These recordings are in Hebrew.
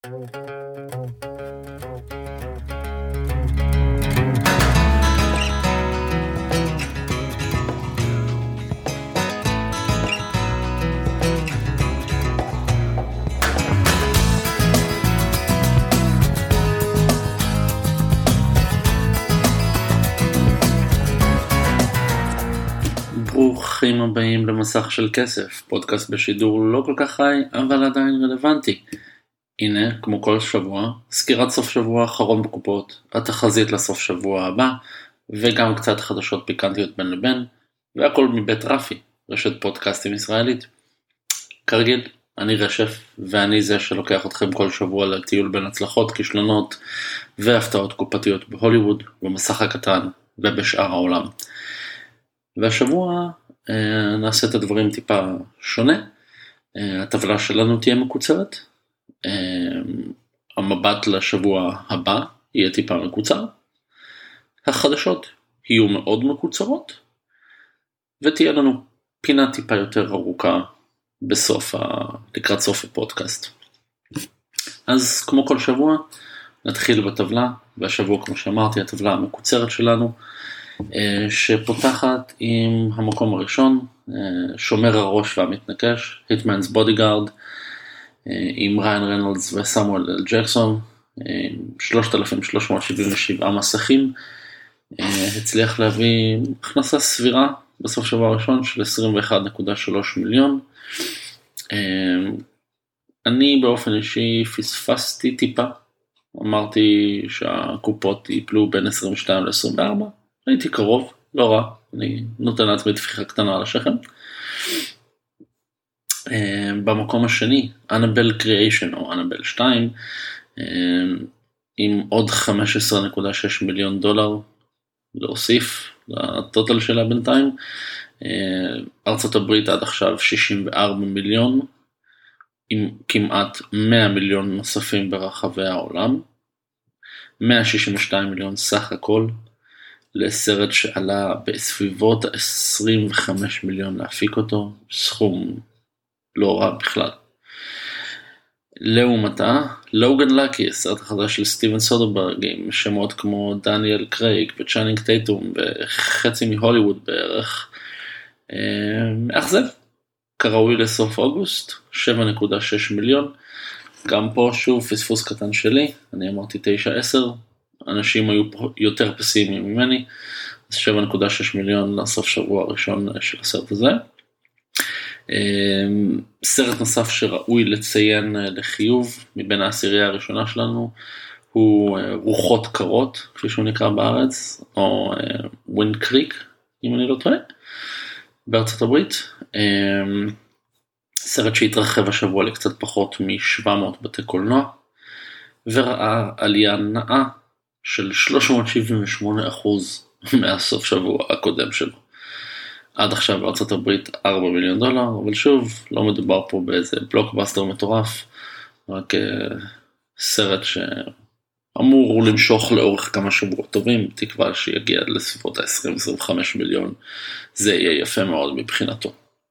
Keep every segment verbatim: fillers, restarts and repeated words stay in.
ברוכים הבאים למסך של כסף, פודקאסט בשידור לא כל כך חי, אבל עדיין רלוונטי. הנה, כמו כל שבוע, סקירת סוף שבוע האחרון בקופות, התחזית לסוף שבוע הבא, וגם קצת חדשות פיקנטיות בין לבין, והכל מבית רפי, רשת פודקאסטים ישראלית. כרגיל, אני רשף, ואני זה שלוקח אתכם כל שבוע לטיול בין הצלחות, כישלונות והפתעות קופתיות בהוליווד, במסך הקטן ובשאר העולם. והשבוע אה, נעשה את הדברים טיפה שונה. אה, הטבלה שלנו תהיה מקוצרת. אה, המבט לשבוע הבא יהיה טיפה מקוצר. החדשות יהיו מאוד מקוצרות. ותהיה לנו פינה טיפה יותר ארוכה בסוף, ה... לקראת סוף הפודקאסט. אז כמו כל שבוע, נתחיל בטבלה. והשבוע, כמו שאמרתי, הטבלה המקוצרת שלנו, שפותחת עם המקום הראשון, שומר הראש והמתנקש, Hitman's Bodyguard, עם ריין רנולדס וסמואל אל ג'קסון, שלושת אלפים שלוש מאות שבעים ושבע מסכים, הצליח להביא הכנסה סבירה בסוף שבוע הראשון של עשרים ואחת נקודה שלוש מיליון. אני באופן אישי פספסתי טיפה, אמרתי שהקופות ייפלו בין עשרים ושתיים ל-עשרים וארבע, הייתי קרוב, לא רע, אני נותן לעצמי תפיחה קטנה על השכם. במקום השני, אנבל קריאיישן או אנבל שתיים, עם עוד חמש עשרה נקודה שש מיליון דולר להוסיף לטוטל שלה בינתיים. ארצות הברית עד עכשיו שישים וארבעה מיליון, עם כמעט מאה מיליון נוספים ברחבי העולם, מאה שישים ושתיים מיליון סך הכל, לסרט שעלה בסביבות עשרים וחמישה מיליון להפיק אותו, סכום לא רע בכלל. לעומתה, לוגן לקי, הסרט החדש של סטיבן סודרברג, עם שמות כמו דניאל קרייג וצ'אנינג טייטום, וחצי מהוליווד בערך, מאכזב, כראוי לסוף אוגוסט, שבע נקודה שש מיליון, גם פה שוב פספוס קטן שלי, אני אמרתי תשע עשר, אנשים היו יותר פסימיים ממני, אז שבע נקודה שש מיליון לסוף שבוע הראשון של הסרט הזה. סרט נוסף שראוי לציין לחיוב, מבין העשירייה הראשונה שלנו, הוא רוחות קרות, כפי שהוא נקרא בארץ, או ווינד קריק, אם אני לא טועה, בארצות הברית. סרט שהתרחב השבוע לקצת פחות מ-שבע מאות בתי קולנוע, וראה עלייה נאה, של שלוש מאות שבעים ושמונה אחוז מהסוף שבוע הקודם שלו. עד עכשיו בארצות הברית ארבעה מיליון דולר, אבל שוב, לא מדובר פה באיזה בלוקבאסטר מטורף, רק סרט שאמור למשוך לאורך כמה שבועות טובים, תקווה שיגיע לסביבות ה-עשרים עד עשרים וחמישה מיליון, זה יהיה יפה מאוד מבחינתו.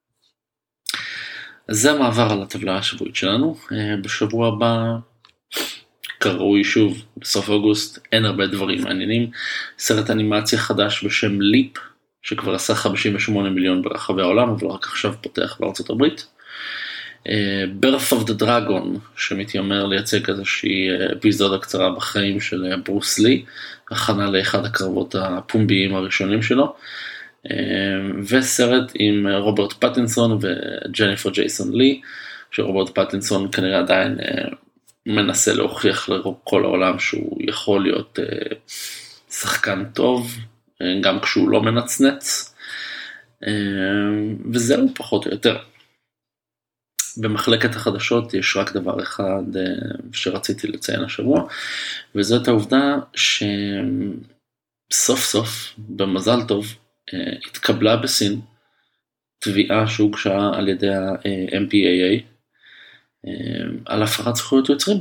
אז זה המעבר על הטבלה השבועית שלנו. בשבוע הבא, קראוי שוב, בסוף אוגוסט, אין הרבה דברים מעניינים. סרט אנימציה חדש בשם ליפ, שכבר עשה חמישים ושמונה מיליון ברחבי העולם, אבל רק עכשיו פותח בארצות הברית. Birth of the Dragon, שמתיימר לייצג איזושהי אפיזודה קצרה בחיים של ברוס לי, הכנה לאחד הקרבות הפומביים הראשונים שלו. וסרט עם רוברט פטינסון וג'ניפר ג'ייסון לי, שרוברט פטינסון כנראה עדיין מנסה להוכיח לכל העולם שהוא יכול להיות שחקן טוב, גם כשהוא לא מנצנץ, וזהו פחות או יותר. במחלקת החדשות יש רק דבר אחד שרציתי לציין השבוע, וזאת העובדה שסוף סוף, במזל טוב, התקבלה בסין תביעה שהוגשה על ידי ה-אם פי איי איי על הפרת זכויות יוצרים.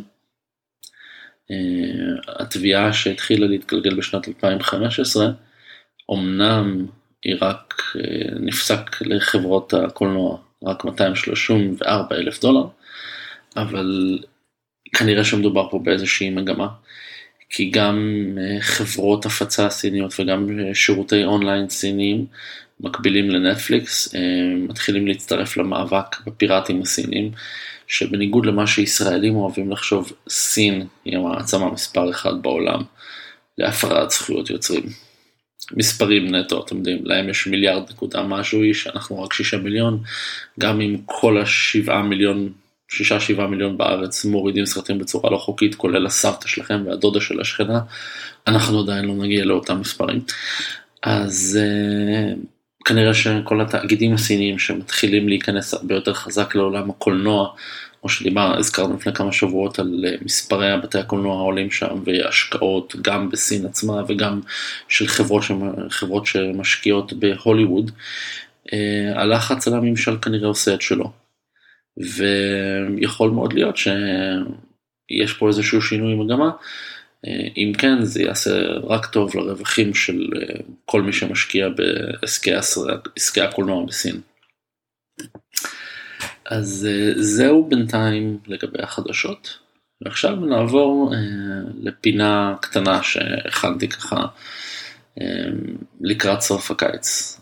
התביעה שהתחילה להתגלגל בשנת אלפיים וחמש עשרה, אמנם היא רק נפסק לחברות הקולנוע רק מאתיים שלושים וארבעה אלף דולר, אבל כנראה שמדובר פה באיזושהי מגמה, כי גם חברות הפצה סיניות וגם שירותי אונליין סיניים מקבילים לנטפליקס, מתחילים להצטרף למאבק בפיראטים הסיניים, שבניגוד למה שישראלים אוהבים לחשוב, סין היא המעצמה מספר אחד בעולם להפרת זכויות יוצרים. מספרים נטו, אתם יודעים, להם יש מיליארד נקודה משהו איש, אנחנו רק שישה מיליון, גם אם כל השבעה מיליון, שישה שבעה מיליון בארץ מורידים סרטים בצורה לא חוקית, כולל הסבתא שלכם והדודה של השכנה, אנחנו עדיין לא נגיע לאותם מספרים. אז כנראה שכל התאגידים הסיניים שמתחילים להיכנס הרבה יותר חזק לעולם הקולנוע, כמו שדיבר, הזכרנו לפני כמה שבועות על מספרי הבתי הקולנוע העולים שם, והשקעות גם בסין עצמה וגם של חברות, חברות שמשקיעות בהוליווד, הלחץ על הממשל כנראה עושה את שלו. ויכול מאוד להיות שיש פה איזשהו שינוי מגמה, אם כן זה יעשה רק טוב לרווחים של כל מי שמשקיע בעסקי הקולנוע בסין. אז זהו בינתיים לגבי החדשות, ועכשיו נעבור לפינה קטנה שהכנתי ככה לקראת סוף הקיץ.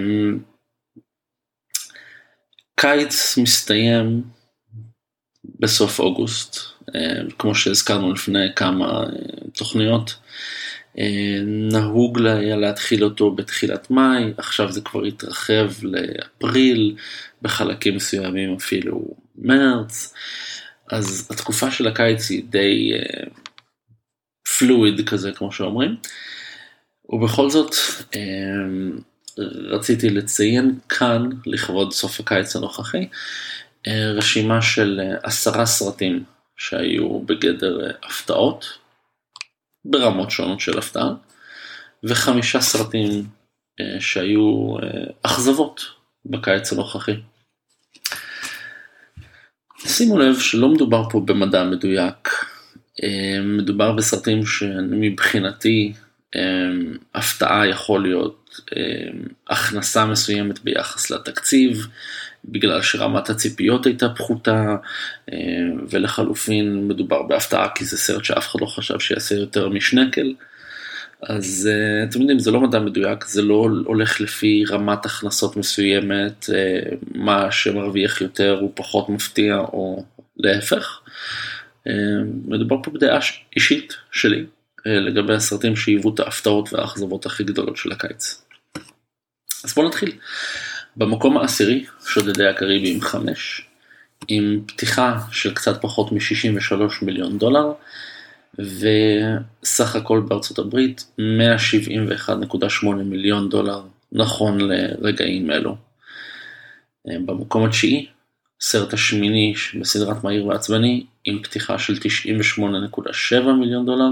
קיץ מסתיים בסוף אוגוסט, כמו שהזכרנו לפני כמה תוכניות, נהוג היה להתחיל אותו בתחילת מאי, עכשיו זה כבר התרחב לאפריל, בחלקים מסוימים אפילו מרץ, אז התקופה של הקיץ היא די פלואיד כזה כמו שאומרים, ובכל זאת רציתי לציין כאן לכבוד סוף הקיץ הנוכחי, רשימה של עשרה סרטים שהיו בגדר הפתעות, ברמות שונות של הפתעה, וחמישה סרטים שהיו אכזבות בקיץ הנוכחי. שימו לב שלא מדובר פה במדע מדויק, מדובר בסרטים שמבחינתי הפתעה יכול להיות הכנסה מסוימת ביחס לתקציב, בגלל שרמת הציפיות הייתה פחותה, ולחלופין מדובר בהפתעה כי זה סרט שאף אחד לא חשב שיעשה יותר משנקל. אז אתם יודעים, זה לא מדע מדויק, זה לא הולך לפי רמת הכנסות מסוימת, מה שמרוויח יותר הוא פחות מפתיע או להפך. מדובר פה בדעה אישית שלי, לגבי הסרטים שהיוו את ההפתעות והאכזבות הכי גדולות של הקיץ. אז בואו נתחיל. במקום העשירי, שודדי הקריביים חמש, עם פתיחה של קצת פחות מ-שישים ושלושה מיליון דולר, וסך הכל בארצות הברית מאה שבעים ואחת נקודה שמונה מיליון דולר, נכון לרגעים אלו. במקום התשיעי, סרט השמיני בסדרת מהיר ועצבני, עם פתיחה של תשעים ושמונה נקודה שבע מיליון דולר,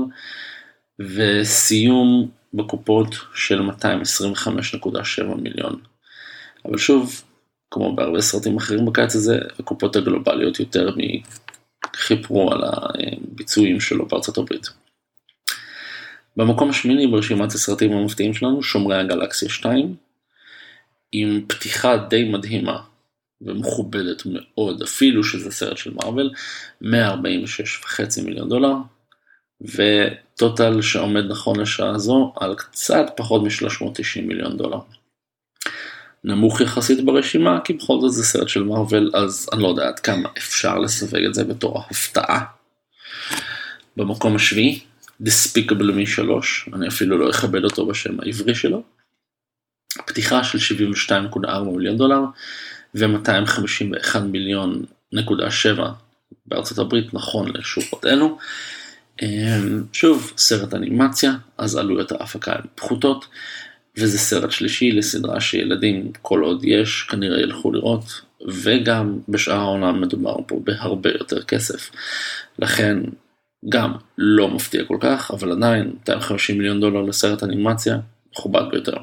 וסיום בקופות של מאתיים עשרים וחמש נקודה שבע מיליון. אבל שוב, כמו בהרבה סרטים אחרים בקיץ הזה, הקופות הגלובליות יותר חיפרו על הביצועים שלו בארצות הברית. במקום השמיני ברשימת הסרטים המפתיעים שלנו, שומרי הגלקסיה שתיים, עם פתיחה די מדהימה ומכובדת מאוד, אפילו שזה סרט של מארוול, מאה ארבעים ושש וחצי מיליון דולר, וטוטל שעומד נכון לשעה זו על קצת פחות מ-שלוש מאות ותשעים מיליון דולר. נמוך יחסית ברשימה, כי בכל זאת זה סרט של מארוול, אז אני לא יודע עד כמה אפשר לסווג את זה בתור הפתעה. במקום השביעי, Despicable Me שלוש, אני אפילו לא אכבד אותו בשם העברי שלו, פתיחה של שבעים ושתיים נקודה ארבע מיליון דולר, ו-מאתיים חמישים ואחת מיליון נקודה שבע בארצות הברית, נכון לשורות אלו. שוב, סרט אנימציה, אז עלויות ההפקה הן פחותות, וזה סרט שלישי לסדרה שילדים כל עוד יש כנראה ילכו לראות, וגם בשאר העונה מדובר פה בהרבה יותר כסף, לכן גם לא מפתיע כל כך, אבל עדיין מאתיים וחמישים מיליון דולר לסרט אנימציה, מכובד ביותר.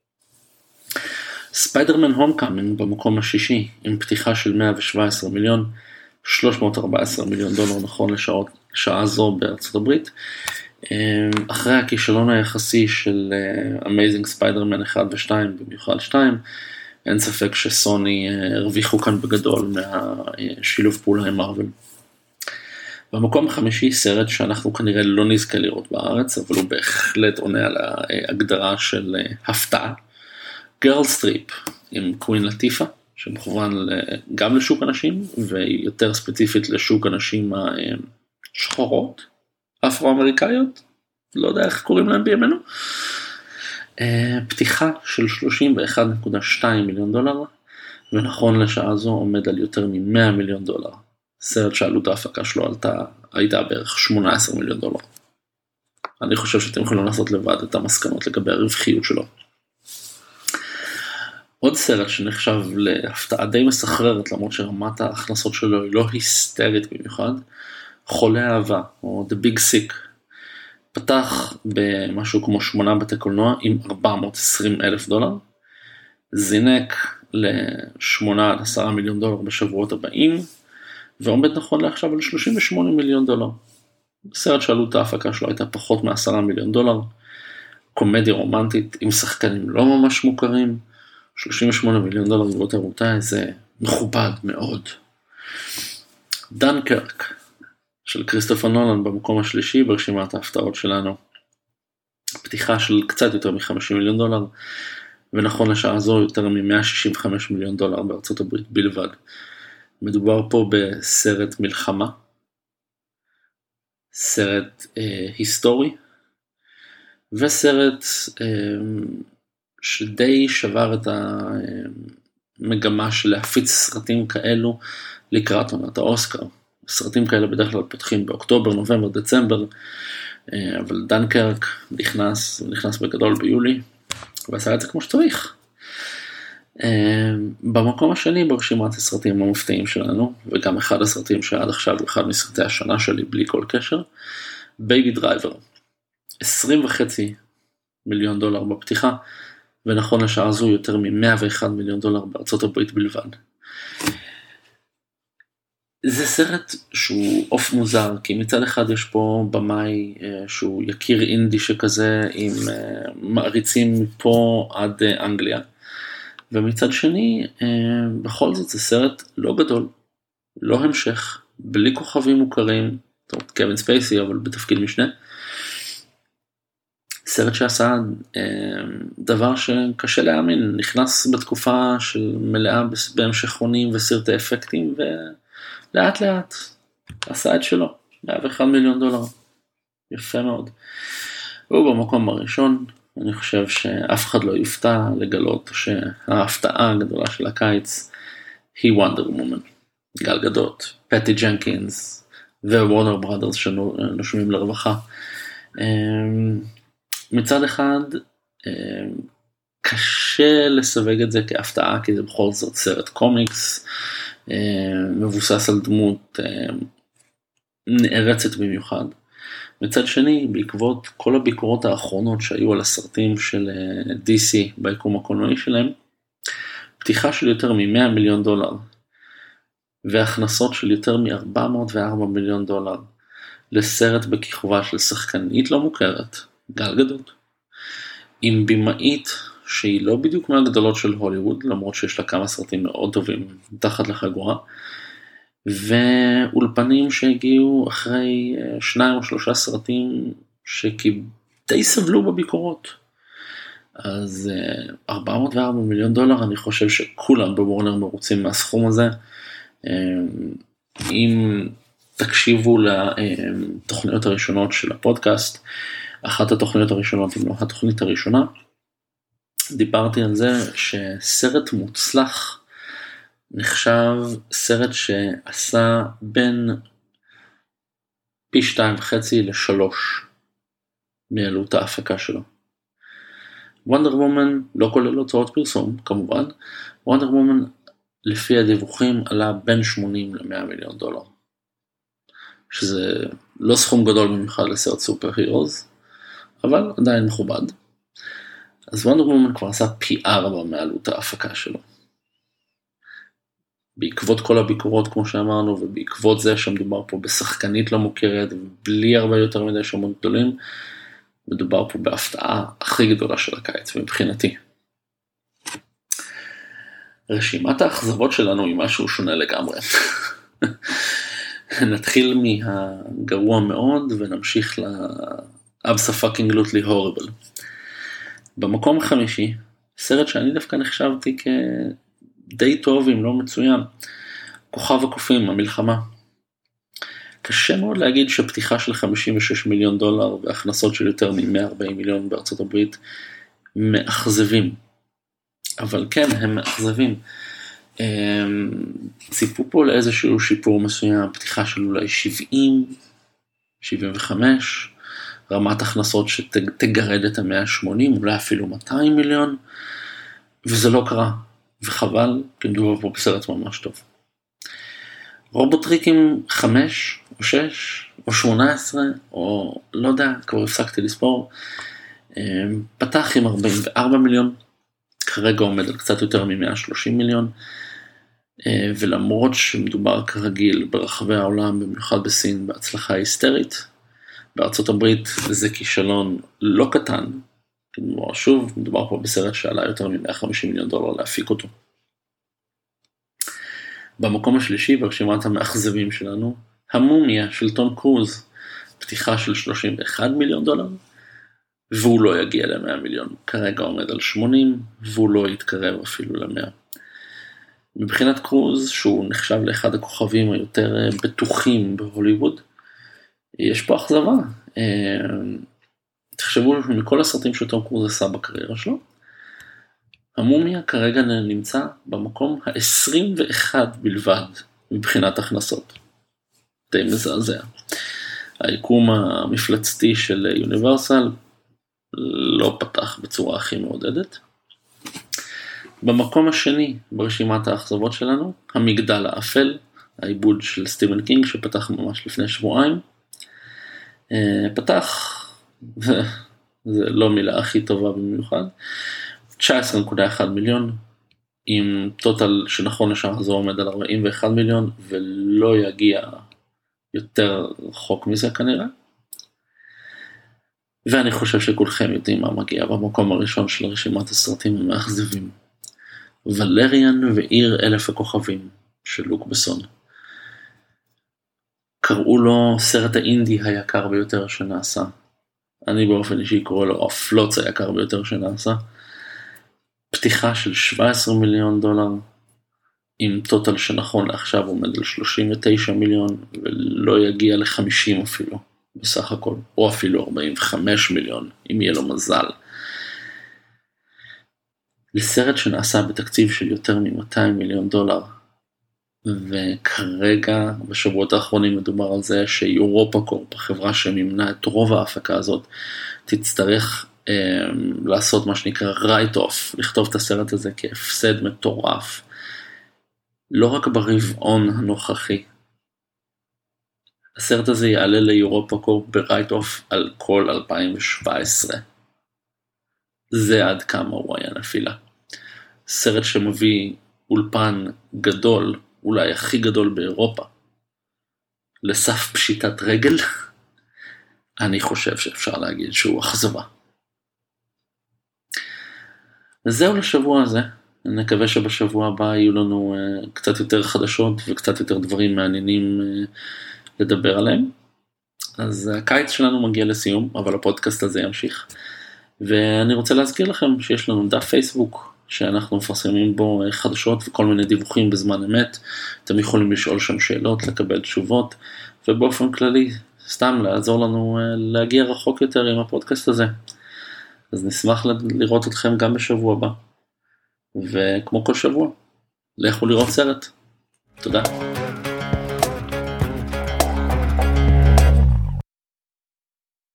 ספיידרמן הומקאמינג במקום השישי, עם פתיחה של מאה שבע עשרה מיליון, שלוש מאות וארבע עשרה מיליון דולר נכון לשעות, לשעה זו בארצות הברית, אחרי הכישלון היחסי של Amazing Spider-Man אחד ו-שתיים, במיוחד שתיים, אין ספק שסוני הרוויחו כאן בגדול מהשילוב פעולה עם מארוול. במקום החמישי סרט שאנחנו כנראה לא נזכה לראות בארץ, אבל הוא בהחלט עונה על ההגדרה של הפתעה. גרל סטריפ עם קווין לטיפה, שמכוון גם לשוק הנשים, ויותר ספציפית לשוק הנשים השחורות, אפרו-אמריקאיות, לא יודע איך קוראים להם בימינו. פתיחה של שלושים ואחת נקודה שתיים מיליון דולר, ונכון לשעה זו עומד על יותר מ-מאה מיליון דולר. סרט שעלות ההפקה שלו עלתה, הייתה בערך שמונה עשרה מיליון דולר. אני חושב שאתם יכולים לעשות לבד את המסקנות לגבי הרווחיות שלו. עוד סרט שנחשב להפתעה די מסחררת, למרות שרמת ההכנסות שלו היא לא היסטרית במיוחד, חולה אהבה, או The Big Sick, פתח במשהו כמו שמונה בתי קולנוע עם ארבע מאות ועשרים אלף דולר, זינק ל-שמונה עד עשרה מיליון דולר בשבועות הבאים, ועומד נכון לעכשיו על שלושים ושמונה מיליון דולר. סרט שעלות ההפקה שלו הייתה פחות מ-עשרה מיליון דולר, קומדיה רומנטית עם שחקנים לא ממש מוכרים, שלושים ושמונה מיליון דולר גבוהות רבותיי, זה מכובד מאוד. דנקרק של כריסטופר נולן במקום השלישי ברשימת ההפתעות שלנו. פתיחה של קצת יותר מ-חמישים מיליון דולר, ונכון לשעה זו יותר מ-מאה שישים וחמישה מיליון דולר בארצות הברית בלבד. מדובר פה בסרט מלחמה, סרט אה, היסטורי, וסרט אה, שדי שבר את המגמה של להפיץ סרטים כאלו לקראת עונת האוסקר. סרטים כאלה בדרך כלל פותחים באוקטובר, נובמבר, דצמבר, אבל דנקרק נכנס, נכנס בגדול ביולי, ועשה את זה כמו שצריך. במקום השני ברשימת הסרטים המופתעים שלנו, וגם אחד הסרטים שעד עכשיו הוא אחד מסרטי השנה שלי בלי כל קשר, בייבי דרייבר, עשרים וחצי מיליון דולר בפתיחה, ונכון לשעה זו יותר מ-מאה ואחד מיליון דולר בארצות הברית בלבד. זה סרט שהוא אוף מוזר, כי מצד אחד יש פה במאי שהוא יקיר אינדי שכזה עם מעריצים מפה עד אנגליה, ומצד שני בכל זאת זה סרט לא גדול, לא המשך, בלי כוכבים מוכרים, טוב, קווין ספייסי אבל בתפקיד משנה, סרט שעשה דבר שקשה להאמין, נכנס בתקופה של מלאה בהמשכונים וסרטי אפקטים, ולאט לאט עשה את שלו, מאה ואחד מיליון דולר, יפה מאוד. הוא במקום הראשון, אני חושב שאף אחד לא יופתע לגלות שההפתעה הגדולה של הקיץ היא וונדר וומן, גל גדות, פטי ג'נקינס ווורנר בראדרס שנושמים לרווחה. מצד אחד, קשה לסווג את זה כהפתעה, כי זה בכל זאת סרט קומיקס, מבוסס על דמות נערצת במיוחד. מצד שני, בעקבות כל הביקורות האחרונות שהיו על הסרטים של די סי ביקום הקולנועי שלהם, פתיחה של יותר מ-מאה מיליון דולר, והכנסות של יותר מ-ארבע מאות וארבע מיליון דולר, לסרט בכיכובה של שחקנית לא מוכרת, גל גדות, עם בימאית שהיא לא בדיוק מהגדולות של הוליווד, למרות שיש לה כמה סרטים מאוד טובים תחת לחגורה, ואולפנים שהגיעו אחרי שניים או שלושה סרטים שדי סבלו בביקורות. אז ארבע מאות וארבע מיליון דולר, אני חושב שכולם בוורנר מרוצים מהסכום הזה. אם תקשיבו לתוכניות הראשונות של הפודקאסט, אחת התוכניות הראשונות, אם לא התוכנית הראשונה, דיברתי על זה שסרט מוצלח נחשב סרט שעשה בין פי שתיים וחצי לשלוש מעלות ההפקה שלו. וונדר וומן לא כולל הוצאות פרסום כמובן, וונדר וומן לפי הדיווחים עלה בין שמונים למאה מיליון דולר, שזה לא סכום גדול במיוחד לסרט סופר הירוז, אבל עדיין מכובד. אז וונדר וומן כבר עשה פי ארבע מעלות ההפקה שלו. בעקבות כל הביקורות כמו שאמרנו, ובעקבות זה שמדובר פה בשחקנית לא מוכרת, ובלי הרבה יותר מדי שמות גדולים, מדובר פה בהפתעה הכי גדולה של הקיץ מבחינתי. רשימת האכזבות שלנו היא משהו שונה לגמרי. נתחיל מהגרוע מאוד ונמשיך ל-Abso-fucking-lutely horrible. במקום החמישי, סרט שאני דווקא נחשבתי כדי טוב אם לא מצוין, כוכב הקופים, המלחמה. קשה מאוד להגיד שפתיחה של חמישים ושש מיליון דולר והכנסות של יותר מ-מאה וארבעים מיליון בארצות הברית מאכזבים. אבל כן, הם מאכזבים. ציפו פה לאיזשהו שיפור מסוים, פתיחה של אולי שבעים, שבעים וחמש, רמת הכנסות שתגרד את ה-מאה ושמונים, אולי אפילו מאתיים מיליון, וזה לא קרה, וחבל, כי מדובר פה בסרט ממש טוב. רובוטריקים חמש, או שש, או שמונה עשרה, או לא יודע, כבר הפסקתי לספור, פתח עם ארבעים וארבעה מיליון, כרגע עומד על קצת יותר מ-מאה ושלושים מיליון, ולמרות שמדובר כרגיל ברחבי העולם, במיוחד בסין, בהצלחה היסטרית, בארצות הברית זה כישלון לא קטן, שוב, מדובר פה בסרט שעלה יותר מ-מאה וחמישים מיליון דולר להפיק אותו. במקום השלישי ברשימת המאכזבים שלנו, המומיה של טום קרוז, פתיחה של שלושים ואחד מיליון דולר, והוא לא יגיע ל-מאה מיליון, כרגע עומד על שמונים, והוא לא יתקרב אפילו ל-מאה. מבחינת קרוז, שהוא נחשב לאחד הכוכבים היותר בטוחים בהוליווד, יש פה אכזבה. תחשבו מכל הסרטים שטום קרוז עשה בקריירה שלו, המומיה כרגע נמצא במקום ה-עשרים ואחד בלבד מבחינת הכנסות. די מזעזע. היקום המפלצתי של יוניברסל לא פתח בצורה הכי מעודדת. במקום השני ברשימת האכזבות שלנו, המגדל האפל, העיבוד של סטיבן קינג שפתח ממש לפני שבועיים. פתח, זה לא מילה הכי טובה במיוחד, תשע עשרה נקודה אחת מיליון, עם טוטל שנכון לשעה זה עומד על ארבעים ואחד מיליון, ולא יגיע יותר רחוק מזה כנראה. ואני חושב שכולכם יודעים מה מגיע במקום הראשון של רשימת הסרטים המאכזבים. ולריאן ועיר אלף הכוכבים של לוק בסון. קראו לו סרט האינדי היקר ביותר שנעשה. אני באופן אישי קורא לו הפלוץ היקר ביותר שנעשה. פתיחה של שבעה עשר מיליון דולר, עם טוטל שנכון לעכשיו עומד על שלושים ותשעה מיליון, ולא יגיע ל-חמישים אפילו, בסך הכל, או אפילו ארבעים וחמישה מיליון, אם יהיה לו מזל. לסרט שנעשה בתקציב של יותר מ-מאתיים מיליון דולר, וכרגע בשבועות האחרונים מדובר על זה שיורופה קורפ, החברה שמימנה את רוב ההפקה הזאת, תצטרך אה, לעשות מה שנקרא write off, לכתוב את הסרט הזה כהפסד מטורף, לא רק ברבעון הנוכחי. הסרט הזה יעלה ליורופה קורפ ב-write off על כל אלפיים שבע עשרה. זה עד כמה הוא היה נפילה. סרט שמביא אולפן גדול, אולי הכי גדול באירופה, לסף פשיטת רגל, אני חושב שאפשר להגיד שהוא אכזבה. זהו לשבוע הזה. אני מקווה שבשבוע הבא יהיו לנו uh, קצת יותר חדשות וקצת יותר דברים מעניינים uh, לדבר עליהם. אז הקיץ שלנו מגיע לסיום, אבל הפודקאסט הזה ימשיך. ואני רוצה להזכיר לכם שיש לנו דף פייסבוק, שאנחנו מפרסמים בו חדשות וכל מיני דיווחים בזמן אמת. אתם יכולים לשאול שם שאלות, לקבל תשובות, ובאופן כללי, סתם לעזור לנו להגיע רחוק יותר עם הפודקאסט הזה. אז נשמח לראות אתכם גם בשבוע הבא. וכמו כל שבוע, לכו לראות סרט. תודה.